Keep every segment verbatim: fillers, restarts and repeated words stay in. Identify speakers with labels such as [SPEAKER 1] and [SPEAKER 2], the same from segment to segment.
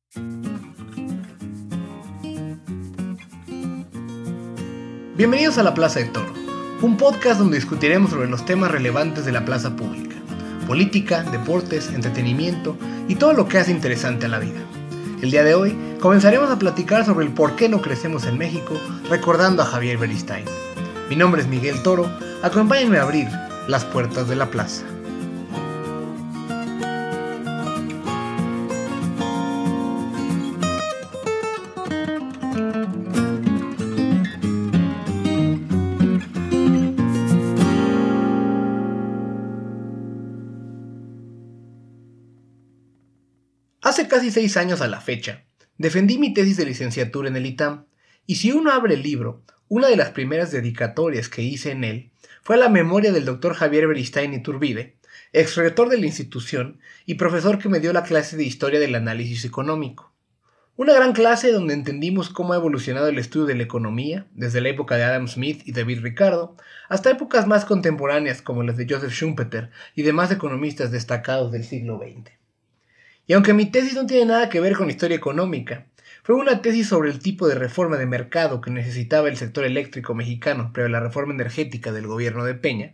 [SPEAKER 1] Bienvenidos a La Plaza de Toro, un podcast donde discutiremos sobre los temas relevantes de la plaza pública, política, deportes, entretenimiento y todo lo que hace interesante a la vida. El día de hoy comenzaremos a platicar sobre el por qué no crecemos en México, recordando a Javier Beristain. Mi nombre es Miguel Toro, acompáñenme a abrir las puertas de la plaza. Hace casi seis años a la fecha, defendí mi tesis de licenciatura en el ITAM, y si uno abre el libro, una de las primeras dedicatorias que hice en él fue a la memoria del doctor Javier Beristain Iturbide, exrector de la institución y profesor que me dio la clase de Historia del Análisis Económico. Una gran clase donde entendimos cómo ha evolucionado el estudio de la economía, desde la época de Adam Smith y David Ricardo, hasta épocas más contemporáneas como las de Joseph Schumpeter y demás economistas destacados del siglo veinte. Y aunque mi tesis no tiene nada que ver con historia económica, fue una tesis sobre el tipo de reforma de mercado que necesitaba el sector eléctrico mexicano previo a la reforma energética del gobierno de Peña,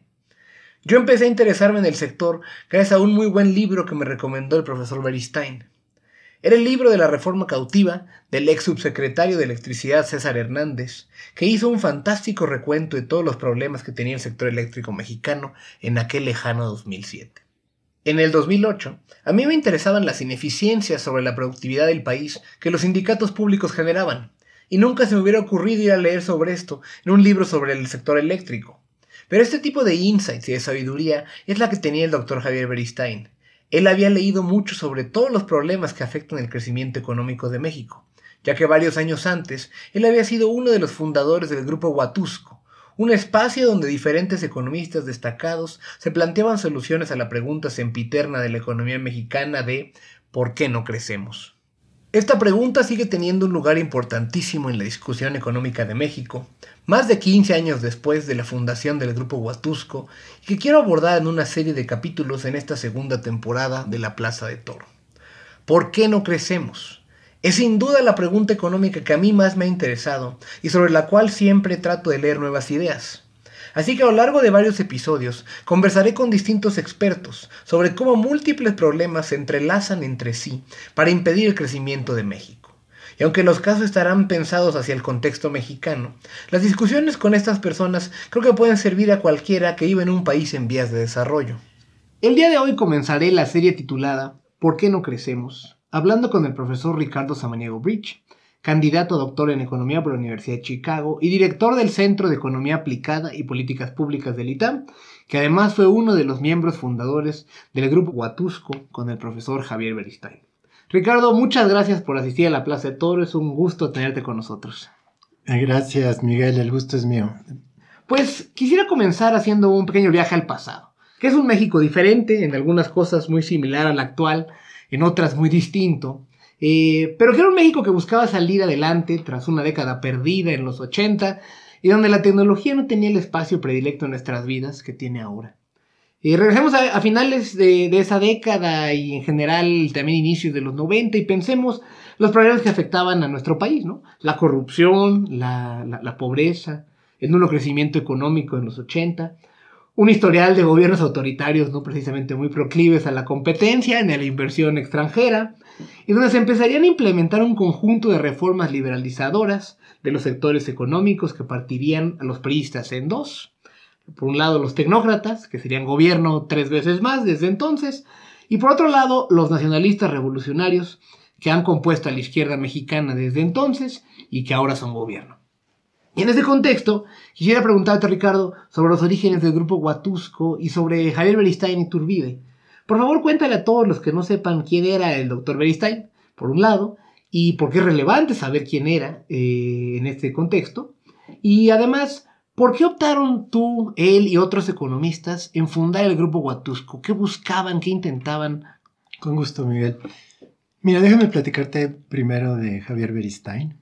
[SPEAKER 1] yo empecé a interesarme en el sector gracias a un muy buen libro que me recomendó el profesor Beristain. Era el libro de la reforma cautiva del ex subsecretario de Electricidad César Hernández, que hizo un fantástico recuento de todos los problemas que tenía el sector eléctrico mexicano en aquel lejano dos mil siete. En el dos mil ocho, a mí me interesaban las ineficiencias sobre la productividad del país que los sindicatos públicos generaban, y nunca se me hubiera ocurrido ir a leer sobre esto en un libro sobre el sector eléctrico. Pero este tipo de insights y de sabiduría es la que tenía el doctor Javier Beristain. Él había leído mucho sobre todos los problemas que afectan el crecimiento económico de México, ya que varios años antes él había sido uno de los fundadores del Grupo Huatusco, un espacio donde diferentes economistas destacados se planteaban soluciones a la pregunta sempiterna de la economía mexicana de ¿por qué no crecemos? Esta pregunta sigue teniendo un lugar importantísimo en la discusión económica de México, más de quince años después de la fundación del Grupo Huatusco, y que quiero abordar en una serie de capítulos en esta segunda temporada de La Plaza de Toro. ¿Por qué no crecemos? Es sin duda la pregunta económica que a mí más me ha interesado y sobre la cual siempre trato de leer nuevas ideas. Así que a lo largo de varios episodios conversaré con distintos expertos sobre cómo múltiples problemas se entrelazan entre sí para impedir el crecimiento de México. Y aunque los casos estarán pensados hacia el contexto mexicano, las discusiones con estas personas creo que pueden servir a cualquiera que vive en un país en vías de desarrollo. El día de hoy comenzaré la serie titulada ¿Por qué no crecemos?, hablando con el profesor Ricardo Samaniego Bridge, candidato a doctor en Economía por la Universidad de Chicago y director del Centro de Economía Aplicada y Políticas Públicas del ITAM, que además fue uno de los miembros fundadores del Grupo Huatusco con el profesor Javier Beristain. Ricardo, muchas gracias por asistir a la Plaza de Toro, es un gusto tenerte con nosotros.
[SPEAKER 2] Gracias, Miguel, el gusto es mío.
[SPEAKER 1] Pues quisiera comenzar haciendo un pequeño viaje al pasado, que es un México diferente, en algunas cosas muy similar al actual, en otras muy distinto, eh, pero que era un México que buscaba salir adelante tras una década perdida en los ochenta y donde la tecnología no tenía el espacio predilecto en nuestras vidas que tiene ahora. Eh, regresemos a, a finales de, de esa década y en general también inicios de los noventa y pensemos los problemas que afectaban a nuestro país, ¿no? La corrupción, la, la, la pobreza, el nulo crecimiento económico en los ochenta, un historial de gobiernos autoritarios no precisamente muy proclives a la competencia ni a la inversión extranjera, y donde se empezarían a implementar un conjunto de reformas liberalizadoras de los sectores económicos que partirían a los priistas en dos. Por un lado los tecnócratas, que serían gobierno tres veces más desde entonces, y por otro lado los nacionalistas revolucionarios, que han compuesto a la izquierda mexicana desde entonces y que ahora son gobierno. Y en este contexto, quisiera preguntarte, Ricardo, sobre los orígenes del Grupo Huatusco y sobre Javier Beristain Iturbide. Por favor, cuéntale a todos los que no sepan quién era el doctor Beristain, por un lado, y por qué es relevante saber quién era eh, en este contexto. Y además, ¿por qué optaron tú, él y otros economistas en fundar el Grupo Huatusco? ¿Qué buscaban, qué intentaban?
[SPEAKER 2] Con gusto, Miguel. Mira, déjame platicarte primero de Javier Beristain.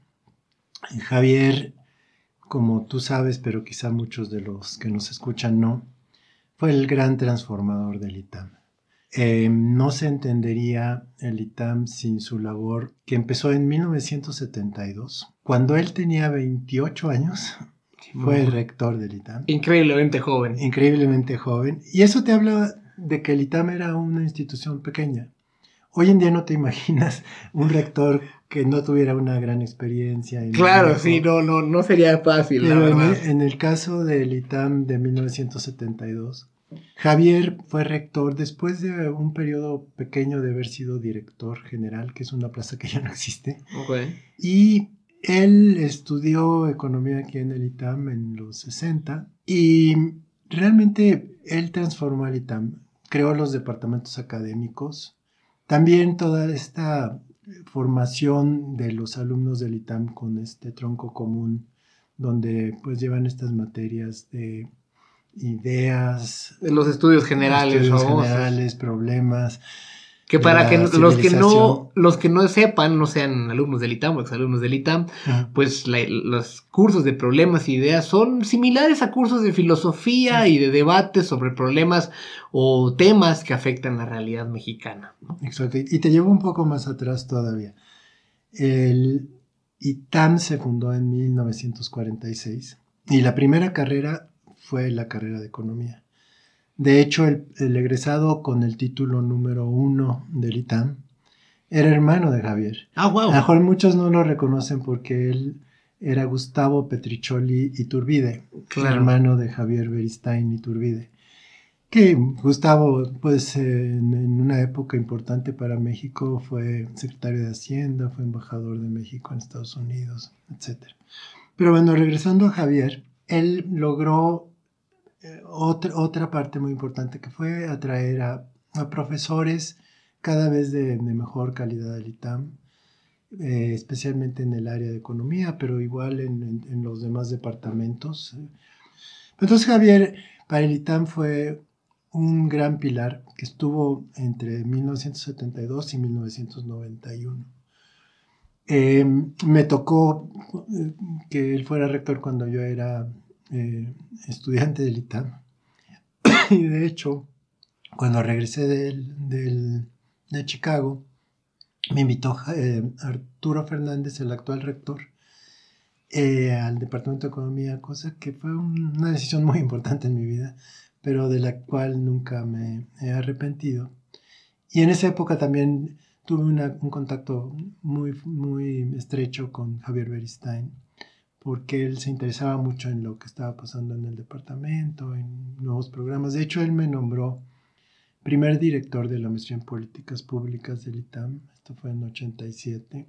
[SPEAKER 2] Javier, como tú sabes, pero quizá muchos de los que nos escuchan no, fue el gran transformador del ITAM. Eh, no se entendería el ITAM sin su labor, que empezó en mil novecientos setenta y dos. Cuando él tenía veintiocho años, fue el rector del ITAM.
[SPEAKER 1] Increíblemente joven.
[SPEAKER 2] Increíblemente joven. Y eso te habla de que el ITAM era una institución pequeña. Hoy en día no te imaginas un rector que no tuviera una gran experiencia.
[SPEAKER 1] Claro,
[SPEAKER 2] viejo.
[SPEAKER 1] sí, no, no, no sería fácil.
[SPEAKER 2] Pero
[SPEAKER 1] la
[SPEAKER 2] en,
[SPEAKER 1] verdad.
[SPEAKER 2] el, en el caso del ITAM de mil novecientos setenta y dos, Javier fue rector después de un periodo pequeño de haber sido director general, que es una plaza que ya no existe.
[SPEAKER 1] Okay.
[SPEAKER 2] Y él estudió economía aquí en el ITAM en los sesenta y realmente él transformó el ITAM, creó los departamentos académicos, también toda esta formación de los alumnos del ITAM con este tronco común, donde pues llevan estas materias de ideas,
[SPEAKER 1] de los estudios generales,
[SPEAKER 2] estudios
[SPEAKER 1] famosos.
[SPEAKER 2] generales, problemas.
[SPEAKER 1] Que para que los que no los que no sepan, no sean alumnos del ITAM o exalumnos del ITAM, uh-huh. pues la, los cursos de problemas e ideas son similares a cursos de filosofía sí. y de debates sobre problemas o temas que afectan la realidad mexicana, ¿no?
[SPEAKER 2] Exacto, y te llevo un poco más atrás todavía. El ITAM se fundó en mil novecientos cuarenta y seis y la primera carrera fue la carrera de economía. De hecho, el, el egresado con el título número uno del ITAM era hermano de Javier.
[SPEAKER 1] Ah, wow.
[SPEAKER 2] A lo mejor muchos no lo reconocen porque él era Gustavo Petricholi Iturbide, claro. hermano de Javier Beristain Iturbide. Que Gustavo, pues en, en una época importante para México, fue secretario de Hacienda, fue embajador de México en Estados Unidos, etcétera. Pero bueno, regresando a Javier, él logró Otra, otra parte muy importante que fue atraer a, a profesores cada vez de, de mejor calidad del ITAM, eh, especialmente en el área de economía, pero igual en, en, en los demás departamentos. Entonces Javier para el ITAM fue un gran pilar que estuvo entre mil novecientos setenta y dos y mil novecientos noventa y uno. Eh, me tocó que él fuera rector cuando yo era Eh, estudiante del ITAM y de hecho cuando regresé del, del, de Chicago me invitó eh, Arturo Fernández, el actual rector, eh, al departamento de economía, cosa que fue un, una decisión muy importante en mi vida, pero de la cual nunca me he arrepentido. Y en esa época también tuve una, un contacto muy, muy estrecho con Javier Beristain, porque él se interesaba mucho en lo que estaba pasando en el departamento, en nuevos programas. De hecho, él me nombró primer director de la maestría en políticas públicas del ITAM. Esto fue en ochenta y siete.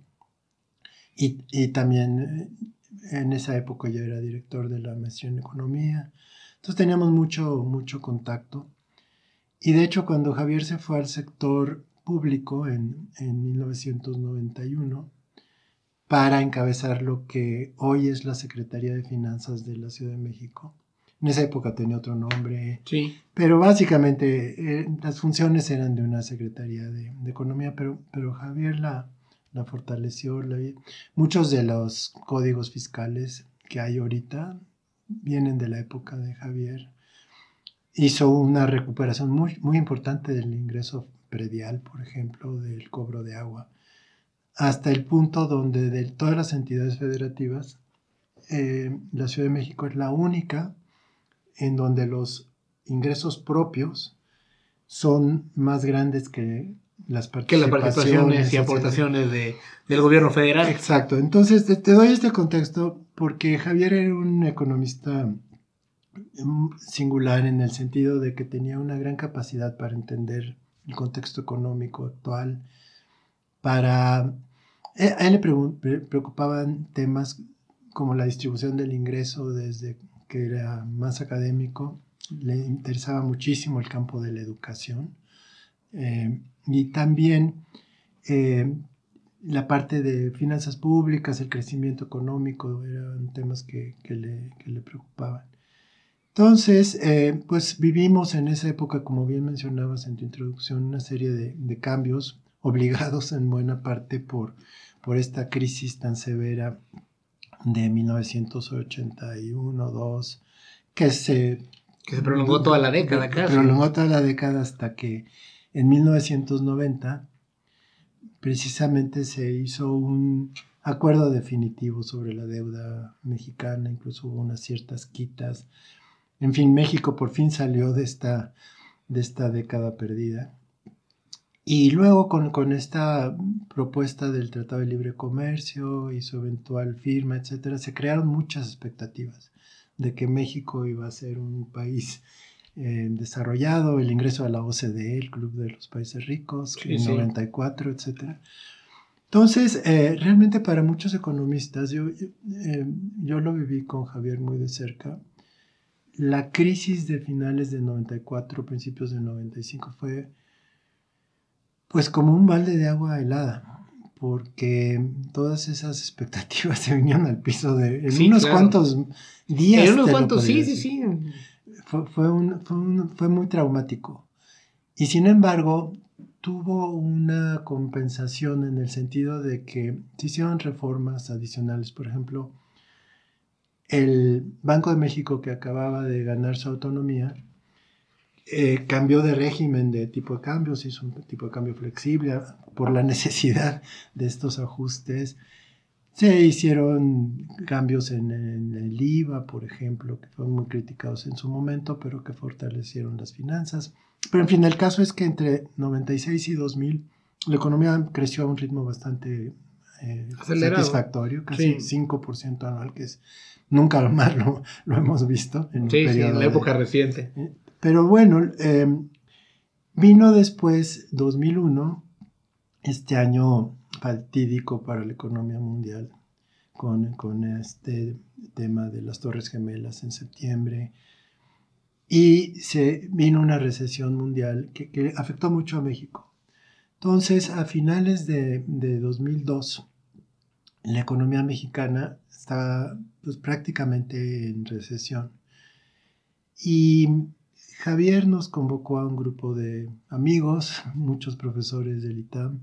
[SPEAKER 2] Y, y también en esa época yo era director de la maestría en economía. Entonces teníamos mucho, mucho contacto. Y de hecho, cuando Javier se fue al sector público en, en mil novecientos noventa y uno, para encabezar lo que hoy es la Secretaría de Finanzas de la Ciudad de México. En esa época tenía otro nombre,
[SPEAKER 1] sí.
[SPEAKER 2] pero básicamente eh, las funciones eran de una Secretaría de, de Economía, pero, pero Javier la, la fortaleció. La, muchos de los códigos fiscales que hay ahorita vienen de la época de Javier. Hizo una recuperación muy, muy importante del ingreso predial, por ejemplo, del cobro de agua, hasta el punto donde de todas las entidades federativas, eh, la Ciudad de México es la única en donde los ingresos propios son más grandes que las participaciones,
[SPEAKER 1] que las participaciones y aportaciones de, del gobierno federal.
[SPEAKER 2] Exacto. Entonces, te, te doy este contexto porque Javier era un economista singular en el sentido de que tenía una gran capacidad para entender el contexto económico actual. Para a él le preocupaban temas como la distribución del ingreso desde que era más académico. Le interesaba muchísimo el campo de la educación eh, y también eh, la parte de finanzas públicas, el crecimiento económico, eran temas que, que, le, que le preocupaban. Entonces, eh, pues vivimos en esa época, como bien mencionabas en tu introducción, una serie de, de cambios obligados en buena parte por, por esta crisis tan severa de mil novecientos ochenta y uno dos, que se,
[SPEAKER 1] que se prolongó toda la década casi.
[SPEAKER 2] Prolongó toda la década hasta que en mil novecientos noventa precisamente se hizo un acuerdo definitivo sobre la deuda mexicana, incluso hubo unas ciertas quitas. En fin, México por fin salió de esta, de esta década perdida. Y luego con, con esta propuesta del Tratado de Libre Comercio y su eventual firma, etcétera, se crearon muchas expectativas de que México iba a ser un país eh, desarrollado, el ingreso a la O C D E, el Club de los Países Ricos,
[SPEAKER 1] Sí,
[SPEAKER 2] en
[SPEAKER 1] sí.
[SPEAKER 2] noventa y cuatro, etcétera. Entonces, eh, realmente para muchos economistas, yo, yo, eh, yo lo viví con Javier muy de cerca, la crisis de finales de noventa y cuatro, principios de noventa y cinco fue pues como un balde de agua helada, porque todas esas expectativas se vinieron al piso de, en
[SPEAKER 1] Sí,
[SPEAKER 2] unos
[SPEAKER 1] claro.
[SPEAKER 2] cuantos días.
[SPEAKER 1] En unos
[SPEAKER 2] te lo
[SPEAKER 1] cuantos,
[SPEAKER 2] podría
[SPEAKER 1] sí, sí,
[SPEAKER 2] decir.
[SPEAKER 1] sí.
[SPEAKER 2] Fue, fue, un, fue, un, fue muy traumático. Y sin embargo, tuvo una compensación en el sentido de que se hicieron reformas adicionales. Por ejemplo, el Banco de México, que acababa de ganar su autonomía, eh, cambió de régimen de tipo de cambio, se hizo un tipo de cambio flexible por la necesidad de estos ajustes. Se hicieron cambios en, en el I V A, por ejemplo, que fueron muy criticados en su momento, pero que fortalecieron las finanzas. Pero en fin, el caso es que entre noventa y seis y dos mil la economía creció a un ritmo bastante eh, satisfactorio, casi sí. cinco por ciento anual, que es nunca más lo, lo hemos visto en un
[SPEAKER 1] sí,
[SPEAKER 2] periodo.
[SPEAKER 1] Sí, en la época
[SPEAKER 2] de,
[SPEAKER 1] reciente.
[SPEAKER 2] Eh, pero bueno, eh, vino después dos mil uno, este año fatídico para la economía mundial, con, con este tema de las Torres Gemelas en septiembre, y se vino una recesión mundial que, que afectó mucho a México. Entonces, a finales de, de dos mil dos, la economía mexicana estaba pues, prácticamente en recesión. Y Javier nos convocó a un grupo de amigos, muchos profesores del I T A M,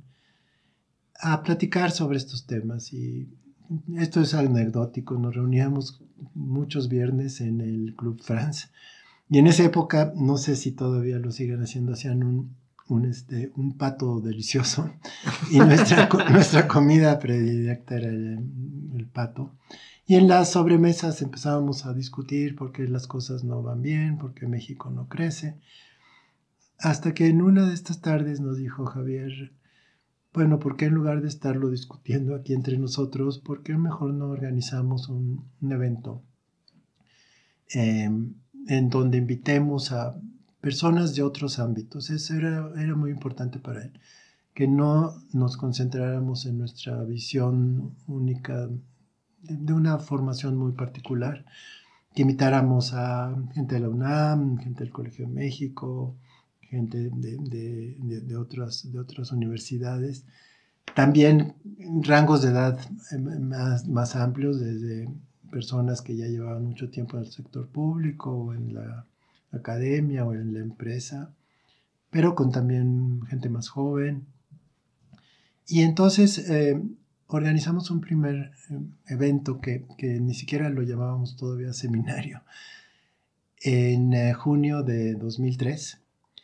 [SPEAKER 2] a platicar sobre estos temas. Y esto es anecdótico, nos reuníamos muchos viernes en el Club France. Y en esa época, no sé si todavía lo siguen haciendo, hacían un, un, este, un pato delicioso. Y nuestra, nuestra comida predilecta era el, el pato. Y en las sobremesas empezábamos a discutir por qué las cosas no van bien, por qué México no crece. Hasta que en una de estas tardes nos dijo Javier, bueno, ¿por qué en lugar de estarlo discutiendo aquí entre nosotros, por qué mejor no organizamos un, un evento eh, en donde invitemos a personas de otros ámbitos? Eso era, era muy importante para él, que no nos concentráramos en nuestra visión única de una formación muy particular, que invitáramos a gente de la UNAM, gente del Colegio de México, gente de, de, de, de, otras, de otras universidades, también rangos de edad más, más amplios, desde personas que ya llevaban mucho tiempo en el sector público o en la academia o en la empresa, pero con también gente más joven. Y entonces eh, organizamos un primer eh, evento que, que ni siquiera lo llamábamos todavía seminario, en eh, junio de dos mil tres.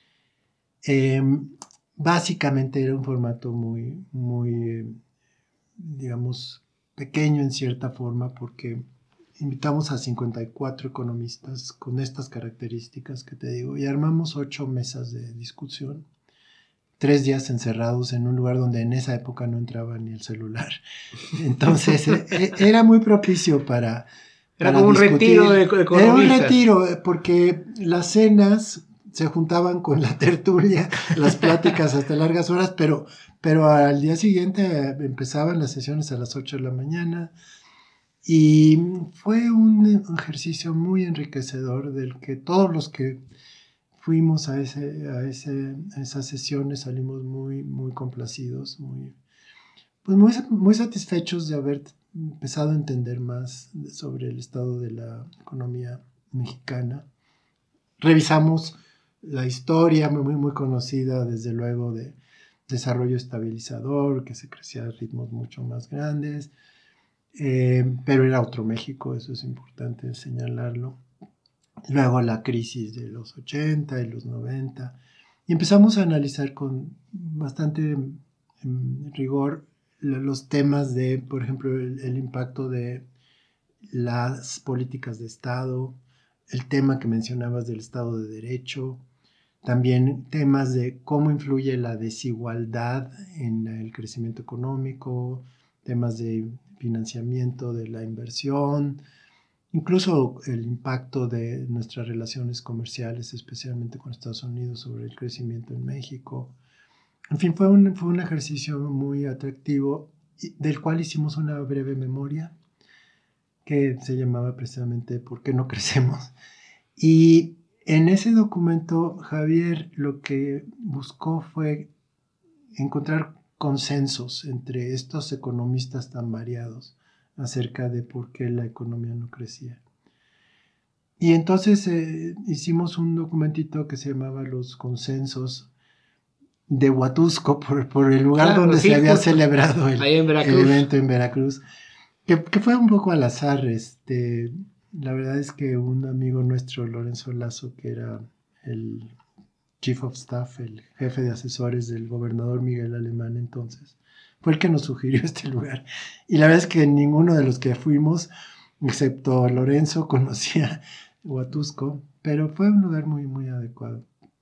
[SPEAKER 2] Eh, básicamente era un formato muy, muy, digamos, pequeño en cierta forma, porque invitamos a cincuenta y cuatro economistas con estas características que te digo, y armamos ocho mesas de discusión. Tres días encerrados en un lugar donde en esa época no entraba ni el celular. Entonces eh, era muy propicio para,
[SPEAKER 1] Era
[SPEAKER 2] para
[SPEAKER 1] como
[SPEAKER 2] discutir.
[SPEAKER 1] Un retiro de economistas.
[SPEAKER 2] Era un retiro, porque las cenas se juntaban con la tertulia, las pláticas hasta largas horas, pero, pero al día siguiente empezaban las sesiones a las ocho de la mañana. Y fue un ejercicio muy enriquecedor del que todos los que fuimos a, ese, a, ese, a esas sesiones salimos muy, muy complacidos, muy, pues muy, muy satisfechos de haber empezado a entender más sobre el estado de la economía mexicana. Revisamos la historia muy, muy conocida, desde luego, de desarrollo estabilizador, que se crecía a ritmos mucho más grandes, eh, pero era otro México, eso es importante señalarlo. Luego la crisis de los ochenta y los noventa, Y empezamos a analizar con bastante um, rigor los temas de, por ejemplo, el, el impacto de las políticas de Estado, el tema que mencionabas del Estado de Derecho, también temas de cómo influye la desigualdad en el crecimiento económico, temas de financiamiento de la inversión, incluso el impacto de nuestras relaciones comerciales, especialmente con Estados Unidos, sobre el crecimiento en México. En fin, fue un, fue un ejercicio muy atractivo, del cual hicimos una breve memoria que se llamaba precisamente ¿Por qué no crecemos? Y en ese documento, Javier lo que buscó fue encontrar consensos entre estos economistas tan variados acerca de por qué la economía no crecía. Y entonces eh, hicimos un documentito que se llamaba Los Consensos de Huatusco, por, por el lugar claro, donde sí, se había justo, celebrado el, el evento en Veracruz, que, que fue un poco al azar. Este, la verdad es que un amigo nuestro, Lorenzo Lazo, que era el Chief of Staff, el jefe de asesores del gobernador Miguel Alemán entonces, fue el que nos sugirió este lugar. Y la verdad es que ninguno de los que fuimos, excepto Lorenzo, conocía Huatusco, pero fue un lugar muy, muy adecuado.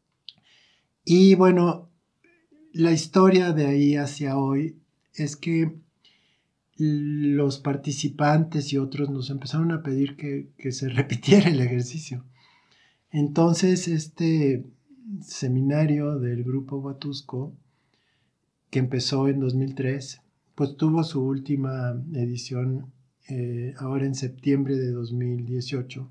[SPEAKER 2] Y bueno, la historia de ahí hacia hoy es que los participantes y otros nos empezaron a pedir que, que se repitiera el ejercicio. Entonces, este seminario del Grupo Huatusco, que empezó en dos mil tres, pues tuvo su última edición eh, ahora en septiembre de dos mil dieciocho,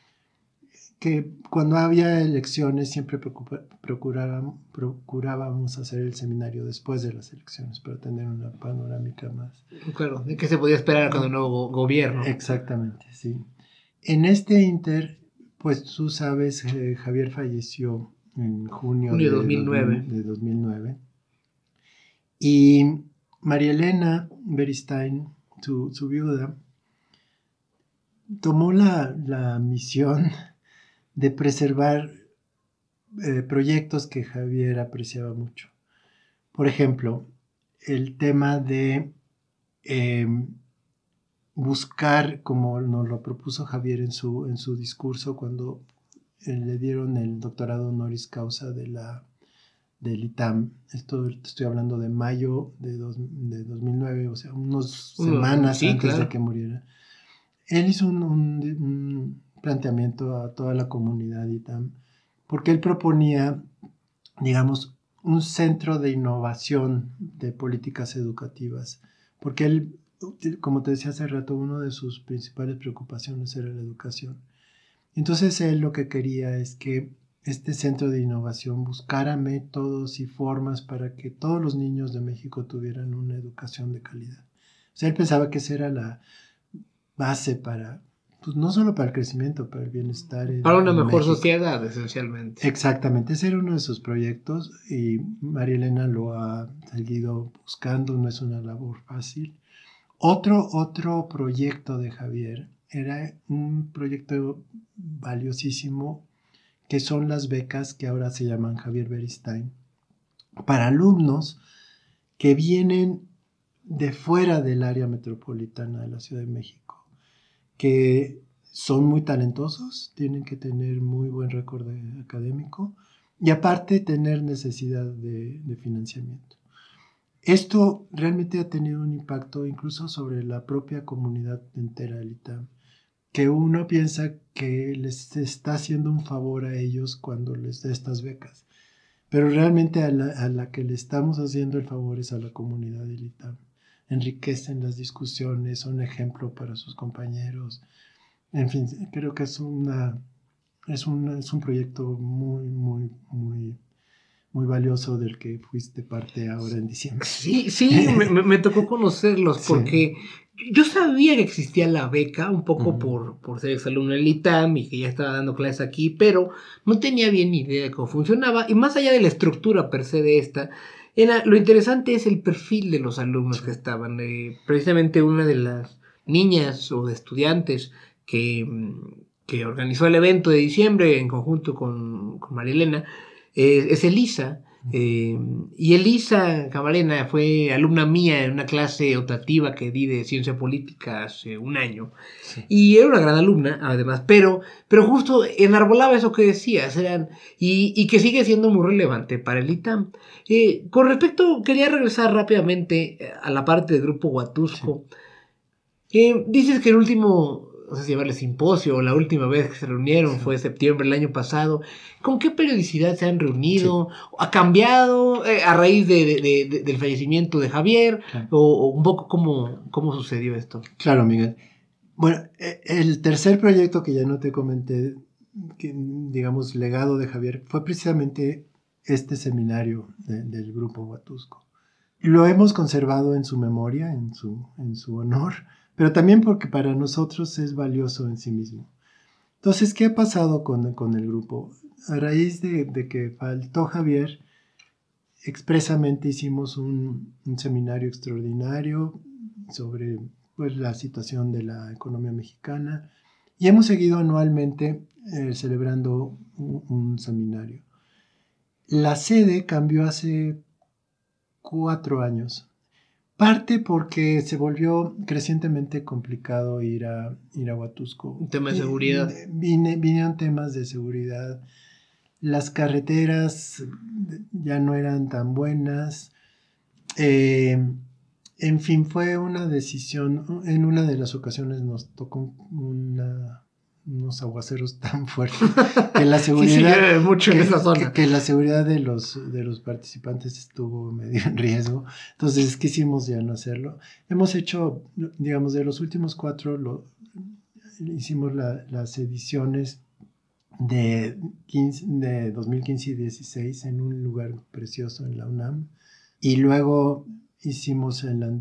[SPEAKER 2] que cuando había elecciones siempre procurábamos, procurábamos hacer el seminario después de las elecciones para tener una panorámica más.
[SPEAKER 1] Claro, de qué se podía esperar con el nuevo gobierno.
[SPEAKER 2] Exactamente, sí. En este inter, pues tú sabes, eh, Javier falleció en junio, junio de, dos mil nueve. de dos mil nueve. Y María Elena Beristain, su, su viuda, tomó la, la misión de preservar eh, proyectos que Javier apreciaba mucho. Por ejemplo, el tema de eh, buscar, como nos lo propuso Javier en su, en su discurso cuando eh, le dieron el doctorado honoris causa de la, del I T A M. Esto estoy hablando de mayo de, dos, de dos mil nueve, o sea, unas semanas sí, antes claro. de que muriera. Él hizo un, un, un planteamiento a toda la comunidad I T A M, porque él proponía, digamos, un centro de innovación de políticas educativas, porque él, como te decía hace rato, una de sus principales preocupaciones era la educación. Entonces él lo que quería es que este centro de innovación buscara métodos y formas para que todos los niños de México tuvieran una educación de calidad. O sea, él pensaba que esa era la base para, pues no solo para el crecimiento, para el bienestar. En,
[SPEAKER 1] para una mejor
[SPEAKER 2] México.
[SPEAKER 1] sociedad, esencialmente.
[SPEAKER 2] Exactamente, ese era uno de sus proyectos y María Elena lo ha seguido buscando, no es una labor fácil. Otro, otro proyecto de Javier era un proyecto valiosísimo, que son las becas que ahora se llaman Javier Beristain, para alumnos que vienen de fuera del área metropolitana de la Ciudad de México, que son muy talentosos, tienen que tener muy buen récord académico y aparte tener necesidad de, de financiamiento. Esto realmente ha tenido un impacto incluso sobre la propia comunidad entera del I T A M, que uno piensa que les está haciendo un favor a ellos cuando les da estas becas, pero realmente a la, a la que le estamos haciendo el favor es a la comunidad del I T A M. Enriquecen las discusiones, son ejemplo para sus compañeros. En fin, creo que es una es un, es un proyecto muy, muy, muy, muy valioso del que fuiste parte ahora en diciembre.
[SPEAKER 1] Sí, sí, me, me tocó conocerlos porque sí. Yo sabía que existía la beca, un poco uh-huh. por, por ser exalumno del I T A M y que ya estaba dando clases aquí, pero no tenía bien ni idea de cómo funcionaba. Y más allá de la estructura per se de esta, era, lo interesante es el perfil de los alumnos que estaban. Eh, precisamente una de las niñas o de estudiantes que, que organizó el evento de diciembre en conjunto con, con María Elena, eh, es Elisa. Eh, y Elisa Camarena fue alumna mía en una clase optativa que di de ciencia política hace un año. Sí. Y era una gran alumna, además, pero, pero justo enarbolaba eso que decías, eran, y, y que sigue siendo muy relevante para el ITAM. Eh, con respecto, quería regresar rápidamente a la parte del grupo Huatusco. Sí. Eh, dices que el último, no sé si llamarle simposio, o la última vez que se reunieron sí. fue en septiembre del año pasado. ¿Con qué periodicidad se han reunido? Sí. ¿Ha cambiado eh, a raíz de, de, de, del fallecimiento de Javier? Claro. O, o un poco cómo, cómo sucedió esto.
[SPEAKER 2] Claro, Miguel. Bueno, el tercer proyecto que ya no te comenté, que, digamos, legado de Javier, fue precisamente este seminario de, del grupo Huatusco. Lo hemos conservado en su memoria, en su, en su honor, pero también porque para nosotros es valioso en sí mismo. Entonces, ¿qué ha pasado con, con el grupo? A raíz de, de que faltó Javier, expresamente hicimos un, un seminario extraordinario sobre pues, la situación de la economía mexicana y hemos seguido anualmente eh, celebrando un, un seminario. La sede cambió hace cuatro años. Parte porque se volvió crecientemente complicado ir a, ir a Huatusco.
[SPEAKER 1] Un tema de seguridad.
[SPEAKER 2] Vine, vinieron temas de seguridad. Las carreteras ya no eran tan buenas. Eh, en fin, fue una decisión. En una de las ocasiones nos tocó una, unos aguaceros tan fuertes que la seguridad,
[SPEAKER 1] sí, sí, mucho
[SPEAKER 2] que,
[SPEAKER 1] en esa zona.
[SPEAKER 2] Que, que la seguridad de los, de los participantes estuvo medio en riesgo. Entonces quisimos ya no hacerlo. Hemos hecho, digamos, de los últimos cuatro, lo, hicimos la, las ediciones de, quince, de dos mil quince y dieciséis en un lugar precioso en la UNAM. Y luego hicimos en la...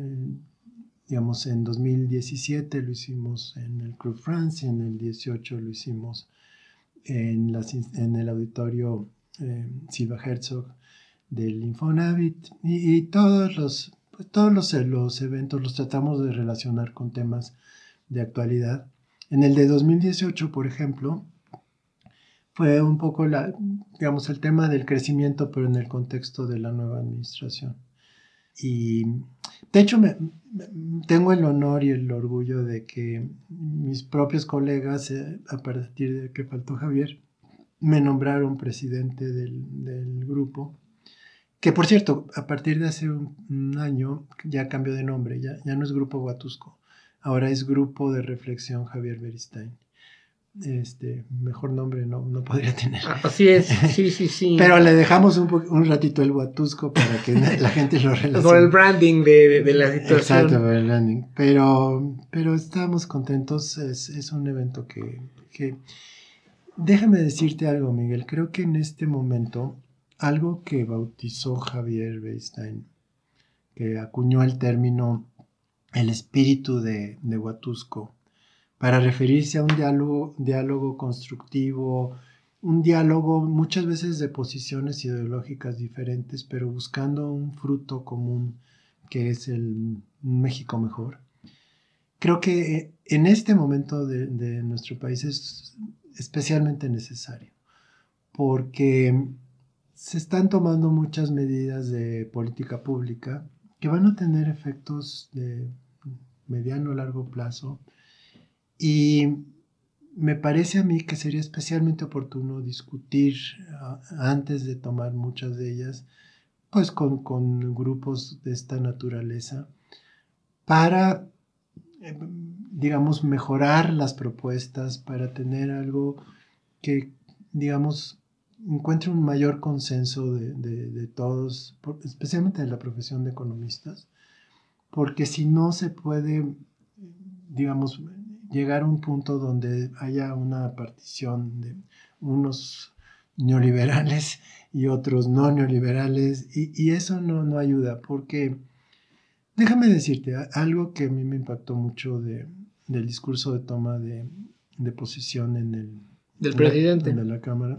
[SPEAKER 2] digamos, en dos mil diecisiete lo hicimos en el Club France, en el dieciocho lo hicimos en, las, en el auditorio eh, Silva Herzog del Infonavit y, y todos, los, pues, todos los, los eventos los tratamos de relacionar con temas de actualidad. En el de dos mil dieciocho, por ejemplo, fue un poco la, digamos, el tema del crecimiento, pero en el contexto de la nueva administración. Y de hecho me, me, tengo el honor y el orgullo de que mis propios colegas, eh, a partir de que faltó Javier, me nombraron presidente del, del grupo, que por cierto, a partir de hace un, un año ya cambió de nombre, ya, ya no es Grupo Huatusco, ahora es Grupo de Reflexión Javier Beristain. Este, mejor nombre no, no podría tener.
[SPEAKER 1] Así es, sí, sí, sí.
[SPEAKER 2] Pero le dejamos un, un ratito el Huatusco para que la gente lo relacione.
[SPEAKER 1] Con el branding de, de, de la situación.
[SPEAKER 2] Exacto, con el branding. Pero, pero estamos contentos, es, es un evento que, que... Déjame decirte algo, Miguel, creo que en este momento, algo que bautizó Javier Beristain, que acuñó el término el espíritu de, de Huatusco, para referirse a un diálogo, diálogo constructivo, un diálogo muchas veces de posiciones ideológicas diferentes, pero buscando un fruto común que es el México mejor. Creo que en este momento de, de nuestro país es especialmente necesario, porque se están tomando muchas medidas de política pública que van a tener efectos de mediano a largo plazo. Y me parece a mí que sería especialmente oportuno discutir uh, antes de tomar muchas de ellas, pues con, con grupos de esta naturaleza, para, eh, digamos, mejorar las propuestas, para tener algo que, digamos, encuentre un mayor consenso de, de, de todos, por, especialmente de la profesión de economistas, porque si no se puede, digamos, llegar a un punto donde haya una partición de unos neoliberales y otros no neoliberales, y, y eso no, no ayuda, porque déjame decirte algo que a mí me impactó mucho de, del discurso de toma de, de posición en el
[SPEAKER 1] del presidente
[SPEAKER 2] en la, en la Cámara,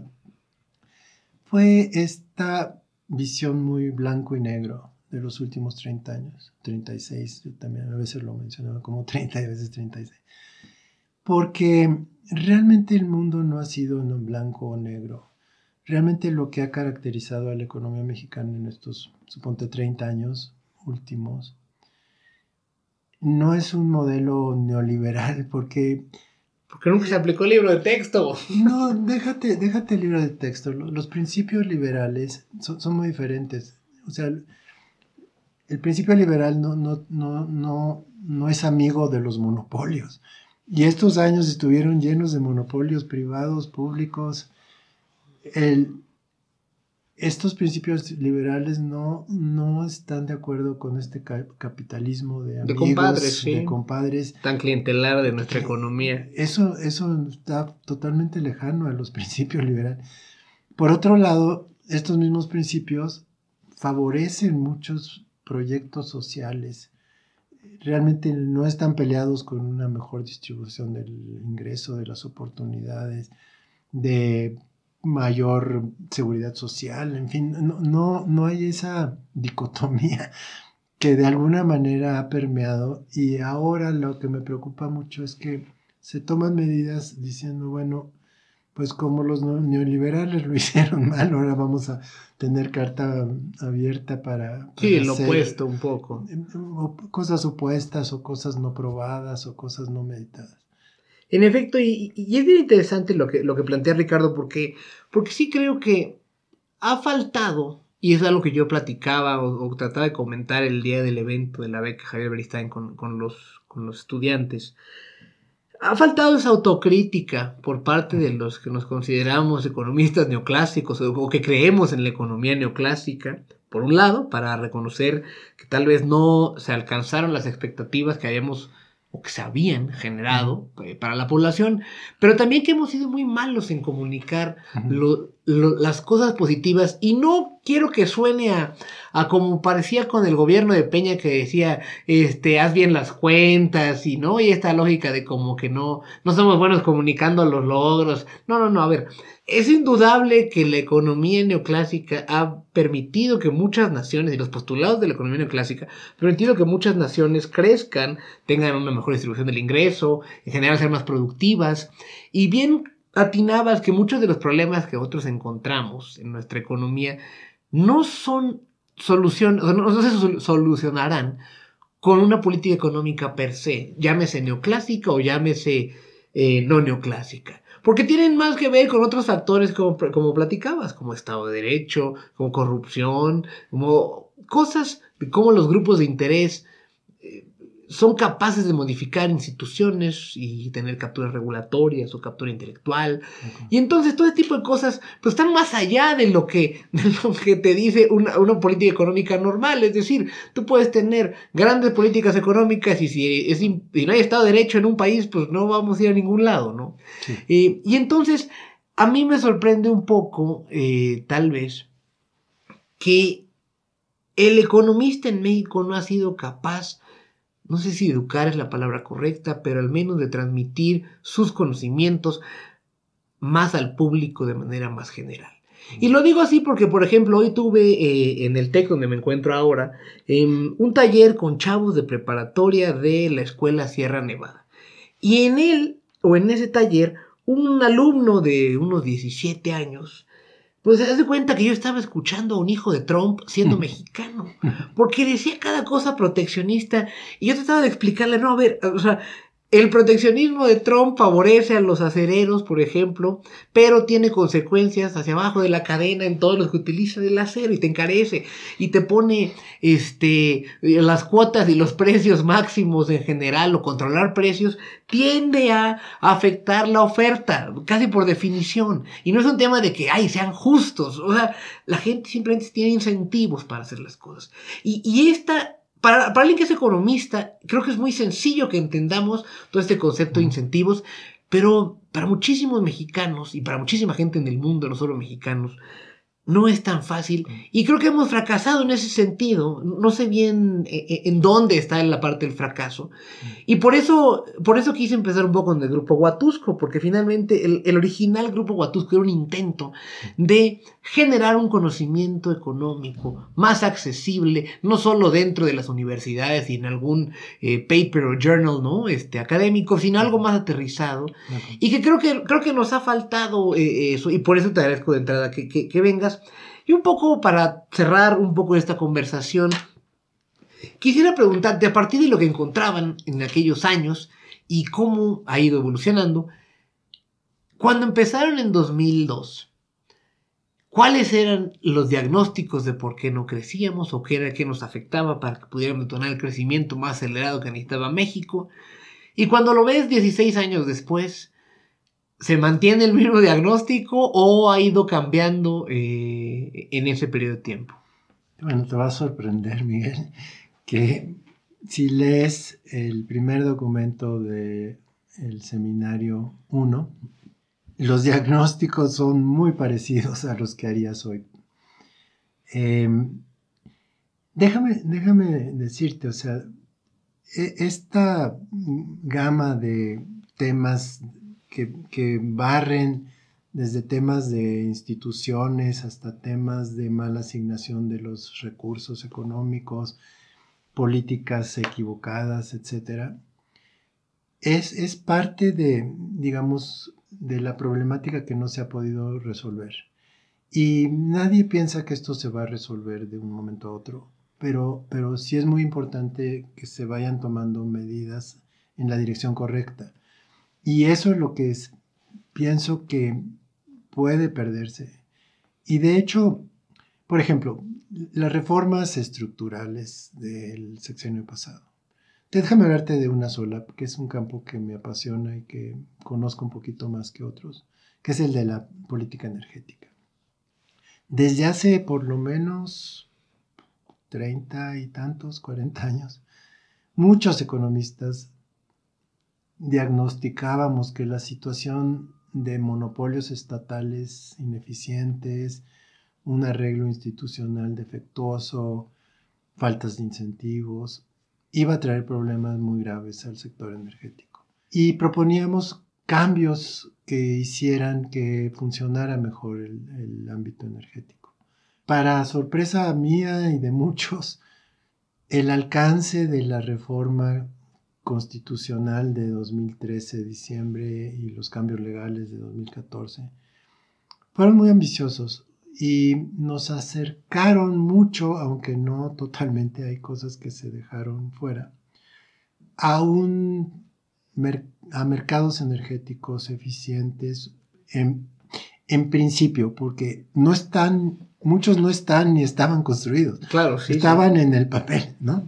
[SPEAKER 2] fue esta visión muy blanco y negro de los últimos treinta años, treinta y seis, yo también a veces lo mencionaba como treinta y a veces treinta y seis. Porque realmente el mundo no ha sido en blanco o negro. realmente lo que ha caracterizado a la economía mexicana en estos, suponte, treinta años últimos, no es un modelo neoliberal, porque...
[SPEAKER 1] Porque nunca se aplicó el libro de texto.
[SPEAKER 2] No, déjate, déjate el libro de texto. Los principios liberales son, son muy diferentes. O sea, el, el principio liberal no, no, no, no, no es amigo de los monopolios. Y estos años estuvieron llenos de monopolios privados, públicos. El, estos principios liberales no, no están de acuerdo con este ca- capitalismo de amigos,
[SPEAKER 1] de compadres, sí.
[SPEAKER 2] de compadres.
[SPEAKER 1] Tan clientelar de nuestra economía.
[SPEAKER 2] Eso, eso está totalmente lejano a los principios liberales. Por otro lado, estos mismos principios favorecen muchos proyectos sociales. Realmente no están peleados con una mejor distribución del ingreso, de las oportunidades, de mayor seguridad social, en fin, no, no, no hay esa dicotomía que de alguna manera ha permeado, y ahora lo que me preocupa mucho es que se toman medidas diciendo, bueno, pues como los neoliberales lo hicieron mal, ahora vamos a tener carta abierta para... para
[SPEAKER 1] sí, lo opuesto un poco.
[SPEAKER 2] Cosas opuestas o cosas no probadas o cosas no meditadas.
[SPEAKER 1] En efecto, y, y es bien interesante lo que, lo que plantea Ricardo, porque, porque sí creo que ha faltado, y es algo que yo platicaba o, o trataba de comentar el día del evento de la beca Javier Beristain con, con, los, con los estudiantes, ha faltado esa autocrítica por parte de los que nos consideramos economistas neoclásicos o, o que creemos en la economía neoclásica, por un lado, para reconocer que tal vez no se alcanzaron las expectativas que habíamos o que se habían generado eh, para la población, pero también que hemos sido muy malos en comunicar lo, lo, las cosas positivas, y no quiero que suene a, a como parecía con el gobierno de Peña, que decía, este, haz bien las cuentas, y no, y esta lógica de como que no, no somos buenos comunicando los logros. No, no, no, a ver, es indudable que la economía neoclásica ha permitido que muchas naciones, y los postulados de la economía neoclásica, ha permitido que muchas naciones crezcan, tengan una mejor distribución del ingreso, en general ser más productivas, y bien atinabas que muchos de los problemas que nosotros encontramos en nuestra economía no son solución, o sea, no, no se solucionarán con una política económica per se, llámese neoclásica o llámese eh, no neoclásica, porque tienen más que ver con otros factores como, como platicabas, como Estado de Derecho, como corrupción, como cosas de cómo los grupos de interés eh, son capaces de modificar instituciones y tener capturas regulatorias o captura intelectual. Okay. Y entonces todo este tipo de cosas pues están más allá de lo que, de lo que te dice una, una política económica normal. Es decir, tú puedes tener grandes políticas económicas y si, es, si no hay Estado de Derecho en un país, pues no vamos a ir a ningún lado, ¿no? Sí. Eh, y entonces a mí me sorprende un poco, eh, tal vez, que el economista en México no ha sido capaz, no sé si educar es la palabra correcta, pero al menos de transmitir sus conocimientos más al público de manera más general. Y lo digo así porque, por ejemplo, hoy tuve eh, en el TEC donde me encuentro ahora, eh, un taller con chavos de preparatoria de la escuela Sierra Nevada. Y en él, o en ese taller, un alumno de unos diecisiete años, pues se da cuenta que yo estaba escuchando a un hijo de Trump siendo mexicano, porque decía cada cosa proteccionista, y yo trataba de explicarle, no, a ver, o sea, el proteccionismo de Trump favorece a los acereros, por ejemplo, pero tiene consecuencias hacia abajo de la cadena en todos los que utilizan el acero y te encarece y te pone este, las cuotas y los precios máximos en general, o controlar precios tiende a afectar la oferta, casi por definición. Y no es un tema de que, ay, sean justos, o sea, la gente simplemente tiene incentivos para hacer las cosas. Y, y esta... Para, para alguien que es economista, creo que es muy sencillo que entendamos todo este concepto de incentivos, pero para muchísimos mexicanos y para muchísima gente en el mundo, no solo mexicanos, no es tan fácil y creo que hemos fracasado en ese sentido. No sé bien en dónde está la parte del fracaso. Y por eso, por eso quise empezar un poco con el Grupo Huatusco, porque finalmente el, el original Grupo Huatusco era un intento de generar un conocimiento económico más accesible, no solo dentro de las universidades y en algún eh, paper o journal, ¿no? este, académico, sino algo más aterrizado. Uh-huh. Y que creo que, creo que nos ha faltado eh, eso, y por eso te agradezco de entrada que, que, que vengas. Y un poco para cerrar un poco esta conversación, quisiera preguntarte, a partir de lo que encontraban en aquellos años y cómo ha ido evolucionando, cuando empezaron en dos mil dos, ¿cuáles eran los diagnósticos de por qué no crecíamos o qué era que nos afectaba para que pudiéramos detonar el crecimiento más acelerado que necesitaba México? Y cuando lo ves dieciséis años después, ¿se mantiene el mismo diagnóstico o ha ido cambiando eh, en ese periodo de tiempo?
[SPEAKER 2] Bueno, te va a sorprender, Miguel, que si lees el primer documento del seminario uno, los diagnósticos son muy parecidos a los que harías hoy. Eh, déjame, déjame decirte, o sea, esta gama de temas que, que barren desde temas de instituciones hasta temas de mala asignación de los recursos económicos, políticas equivocadas, etcétera, es, es parte de, digamos, de la problemática que no se ha podido resolver. Y nadie piensa que esto se va a resolver de un momento a otro, pero, pero sí es muy importante que se vayan tomando medidas en la dirección correcta. Y eso es lo que es, pienso que puede perderse. Y de hecho, por ejemplo, las reformas estructurales del sexenio pasado. Déjame hablarte de una sola, que es un campo que me apasiona y que conozco un poquito más que otros, que es el de la política energética. Desde hace por lo menos treinta y tantos, cuarenta años, muchos economistas diagnosticábamos que la situación de monopolios estatales ineficientes, un arreglo institucional defectuoso, faltas de incentivos, iba a traer problemas muy graves al sector energético. Y proponíamos cambios que hicieran que funcionara mejor el, el ámbito energético. Para sorpresa mía y de muchos, el alcance de la reforma constitucional de dos mil trece, diciembre, y los cambios legales de dos mil catorce fueron muy ambiciosos y nos acercaron mucho, aunque no totalmente, hay cosas que se dejaron fuera, a, un, a mercados energéticos eficientes en, en principio, porque no están, muchos no están ni estaban construidos.
[SPEAKER 1] Claro, sí.
[SPEAKER 2] Estaban
[SPEAKER 1] sí.
[SPEAKER 2] en el papel, ¿no?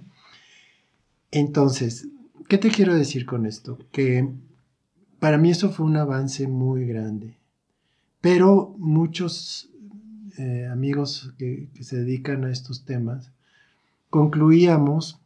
[SPEAKER 2] Entonces, ¿qué te quiero decir con esto? Que para mí eso fue un avance muy grande, pero muchos eh, amigos que, que se dedican a estos temas concluíamos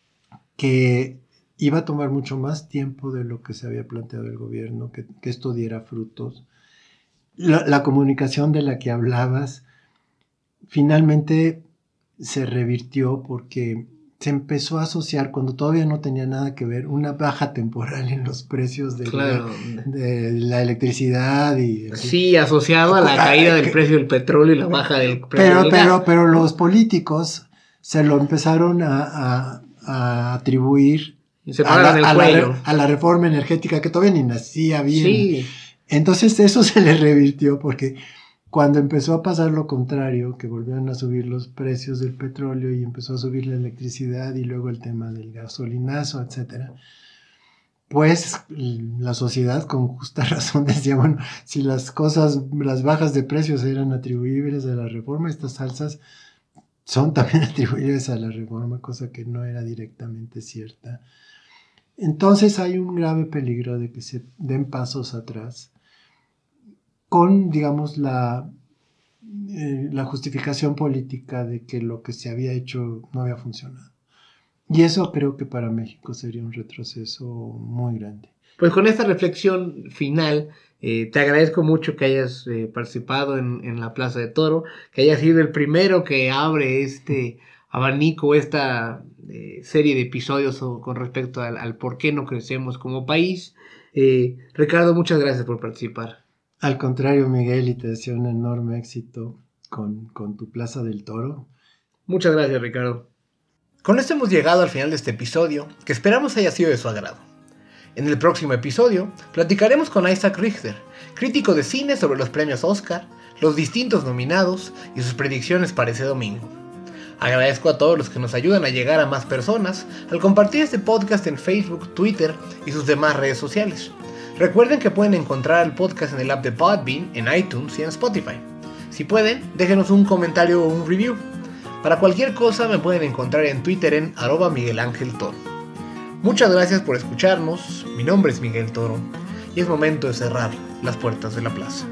[SPEAKER 2] que iba a tomar mucho más tiempo de lo que se había planteado el gobierno, que, que esto diera frutos. La, la comunicación de la que hablabas finalmente se revirtió porque se empezó a asociar, cuando todavía no tenía nada que ver, una baja temporal en los precios de,
[SPEAKER 1] claro.
[SPEAKER 2] la, de la electricidad. Y
[SPEAKER 1] sí, asociado a la caída del precio del petróleo y la baja del precio
[SPEAKER 2] pero,
[SPEAKER 1] del
[SPEAKER 2] pero,
[SPEAKER 1] gas.
[SPEAKER 2] Pero los políticos se lo empezaron a, a, a atribuir
[SPEAKER 1] se
[SPEAKER 2] a, la,
[SPEAKER 1] el
[SPEAKER 2] a,
[SPEAKER 1] cuello.
[SPEAKER 2] La, a la reforma energética, que todavía ni nacía bien.
[SPEAKER 1] Sí.
[SPEAKER 2] Entonces eso se le revirtió porque cuando empezó a pasar lo contrario, que volvieron a subir los precios del petróleo y empezó a subir la electricidad y luego el tema del gasolinazo, etcétera, pues la sociedad con justa razón decía, bueno, si las cosas, las bajas de precios eran atribuibles a la reforma, estas alzas son también atribuibles a la reforma, cosa que no era directamente cierta. Entonces hay un grave peligro de que se den pasos atrás con, digamos, la, eh, la justificación política de que lo que se había hecho no había funcionado. Y eso creo que para México sería un retroceso muy grande.
[SPEAKER 1] Pues con esta reflexión final, eh, te agradezco mucho que hayas eh, participado en, en la Plaza de Toro, que hayas sido el primero que abre este abanico, esta eh, serie de episodios o, con respecto al, al por qué no crecemos como país. Eh, Ricardo, muchas gracias por participar.
[SPEAKER 2] Al contrario, Miguel, y te deseo un enorme éxito con, con tu Plaza del Toro.
[SPEAKER 1] Muchas gracias, Ricardo. Con esto hemos llegado al final de este episodio, que esperamos haya sido de su agrado. En el próximo episodio, platicaremos con Isaac Richter, crítico de cine, sobre los premios Oscar, los distintos nominados y sus predicciones para ese domingo. Agradezco a todos los que nos ayudan a llegar a más personas al compartir este podcast en Facebook, Twitter y sus demás redes sociales. Recuerden que pueden encontrar el podcast en el app de Podbean, en iTunes y en Spotify. Si pueden, déjenos un comentario o un review. Para cualquier cosa me pueden encontrar en Twitter en arroba Miguel Ángel Toro. Muchas gracias por escucharnos, mi nombre es Miguel Toro y es momento de cerrar las puertas de la plaza.